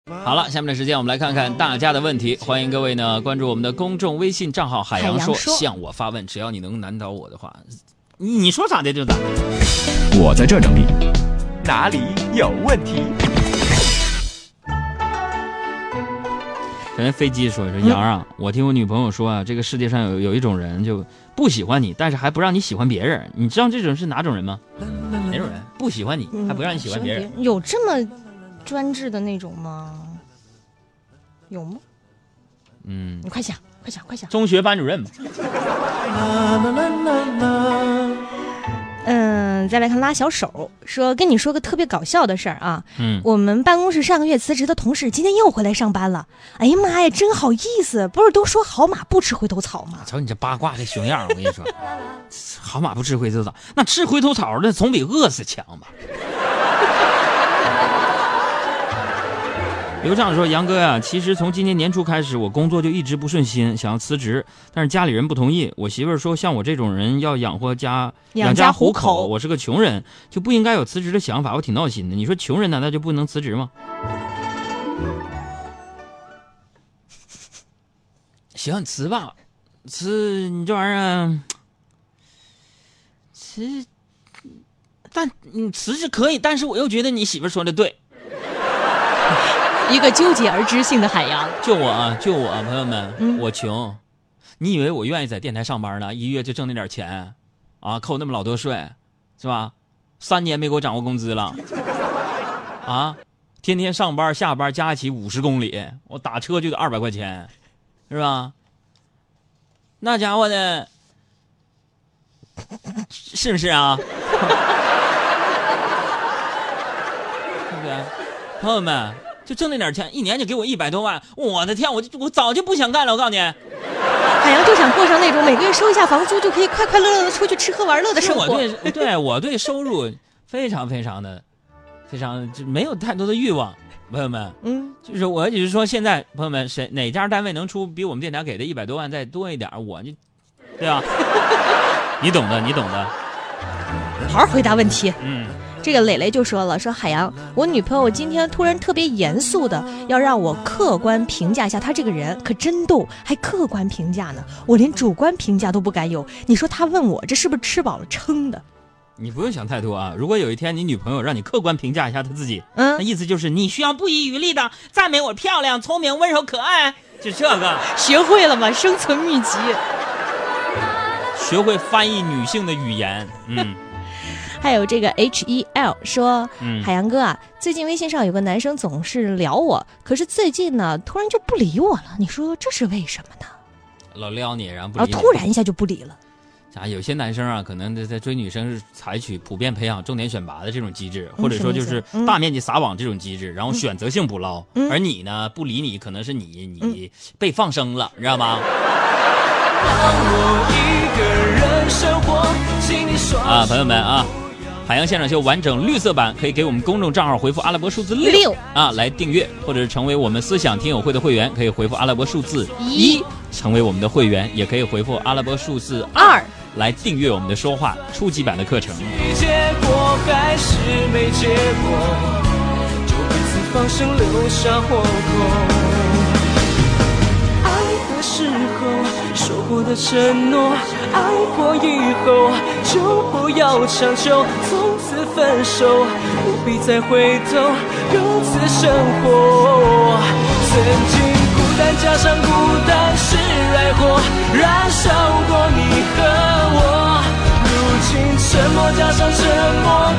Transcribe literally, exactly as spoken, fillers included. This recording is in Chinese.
好了，下面的时间我们来看看大家的问题，欢迎各位呢关注我们的公众微信账号海洋说，向我发问，只要你能难倒我的话，你你说咋的就咋的。 我在这整理，哪里有问题？ 人飞机说说杨啊、嗯，我听我女朋友说啊，这个世界上有有一种人就不喜欢你，但是还不让你喜欢别人，你知道这种是哪种人吗？哪种人不喜欢你、嗯、还不让你喜欢别人？ 有这么专制的那种吗？有吗？ 嗯， 你快想，快想，快想！ 中学班主任嘛。 嗯，再来看拉小手说，跟你说个特别搞笑的事儿啊。 嗯， 我们办公室上个月辞职的同事今天又回来上班了。哎呀妈呀，真好意思！不是都说好马不吃回头草吗？ 瞧你这八卦的熊样，我跟你说，好马不吃回头草，那吃回头草的总比饿死强吧。刘畅说：“杨哥呀、啊，其实从今年年初开始，我工作就一直不顺心，想要辞职，但是家里人不同意。我媳妇儿说，像我这种人要养活家、养家糊口，我是个穷人，就不应该有辞职的想法。我挺闹心的。你说穷人难道就不能辞职吗？行，你辞吧，辞你这玩意儿，辞，但你辞是可以，但是我又觉得你媳妇儿说的对。” 一个纠结而知性的海洋， 就我啊，就我朋友们、 嗯， 我穷，你以为我愿意在电台上班呢？一月就挣那点钱，啊，扣那么老多税，是吧？三年没给我涨过工资了，啊，天天上班下班加起五十公里，我打车就得二百块钱，是吧？那家伙的，是不是啊？对不对，朋友们？就挣那点钱，一年就给我一百多万，我的天，我就我早就不想干了。我告诉你， 海洋就想过上那种每个月收一下房租就可以快快乐乐的出去吃喝玩乐的生活。 我对对我对收入非常非常的非常就没有太多的欲望，朋友们， 嗯， 就是我只是说现在朋友们谁哪家单位能出比我们电台给的一百多万再多一点，我就对吧？你懂的，你懂的， 好好回答问题。 嗯。 这个磊磊就说了，说海洋，我女朋友今天突然特别严肃的要让我客观评价一下她这个人，可真逗，还客观评价呢，我连主观评价都不敢有。你说她问我这是不是吃饱了撑的？ 你不用想太多啊，如果有一天你女朋友让你客观评价一下她自己， 嗯， 那意思就是你需要不遗余力的赞美我漂亮、聪明、温柔、可爱，就这个。 学会了吗？生存秘籍， 学会翻译女性的语言，嗯。 还有这个 H E L 说、 嗯、 海洋哥啊，最近微信上有个男生总是撩我，可是最近呢突然就不理我了，你说这是为什么呢？ 老撩你，然后不理你， 然后突然一下就不理了。 啊，有些男生啊，可能在追女生是采取普遍培养、重点选拔的这种机制，或者说就是大面积撒网这种机制，嗯、然后选择性捕捞、嗯。而你呢，不理你，可能是你你被放生了，你知道吗？啊，朋友们啊。海洋现场秀完整绿色版可以给我们公众账号回复阿拉伯数字六啊来订阅，或者是成为我们思想听友会的会员，可以回复阿拉伯数字一成为我们的会员，也可以回复阿拉伯数字二来订阅我们的说话初级版的课程。结果还是没结果，就彼此放生留下活口。爱的时候说过的承诺，爱过以后就不要强求，从此分手，不必再回头，各自生活。曾经孤单加上孤单是爱火，燃烧过你和我，如今沉默加上沉默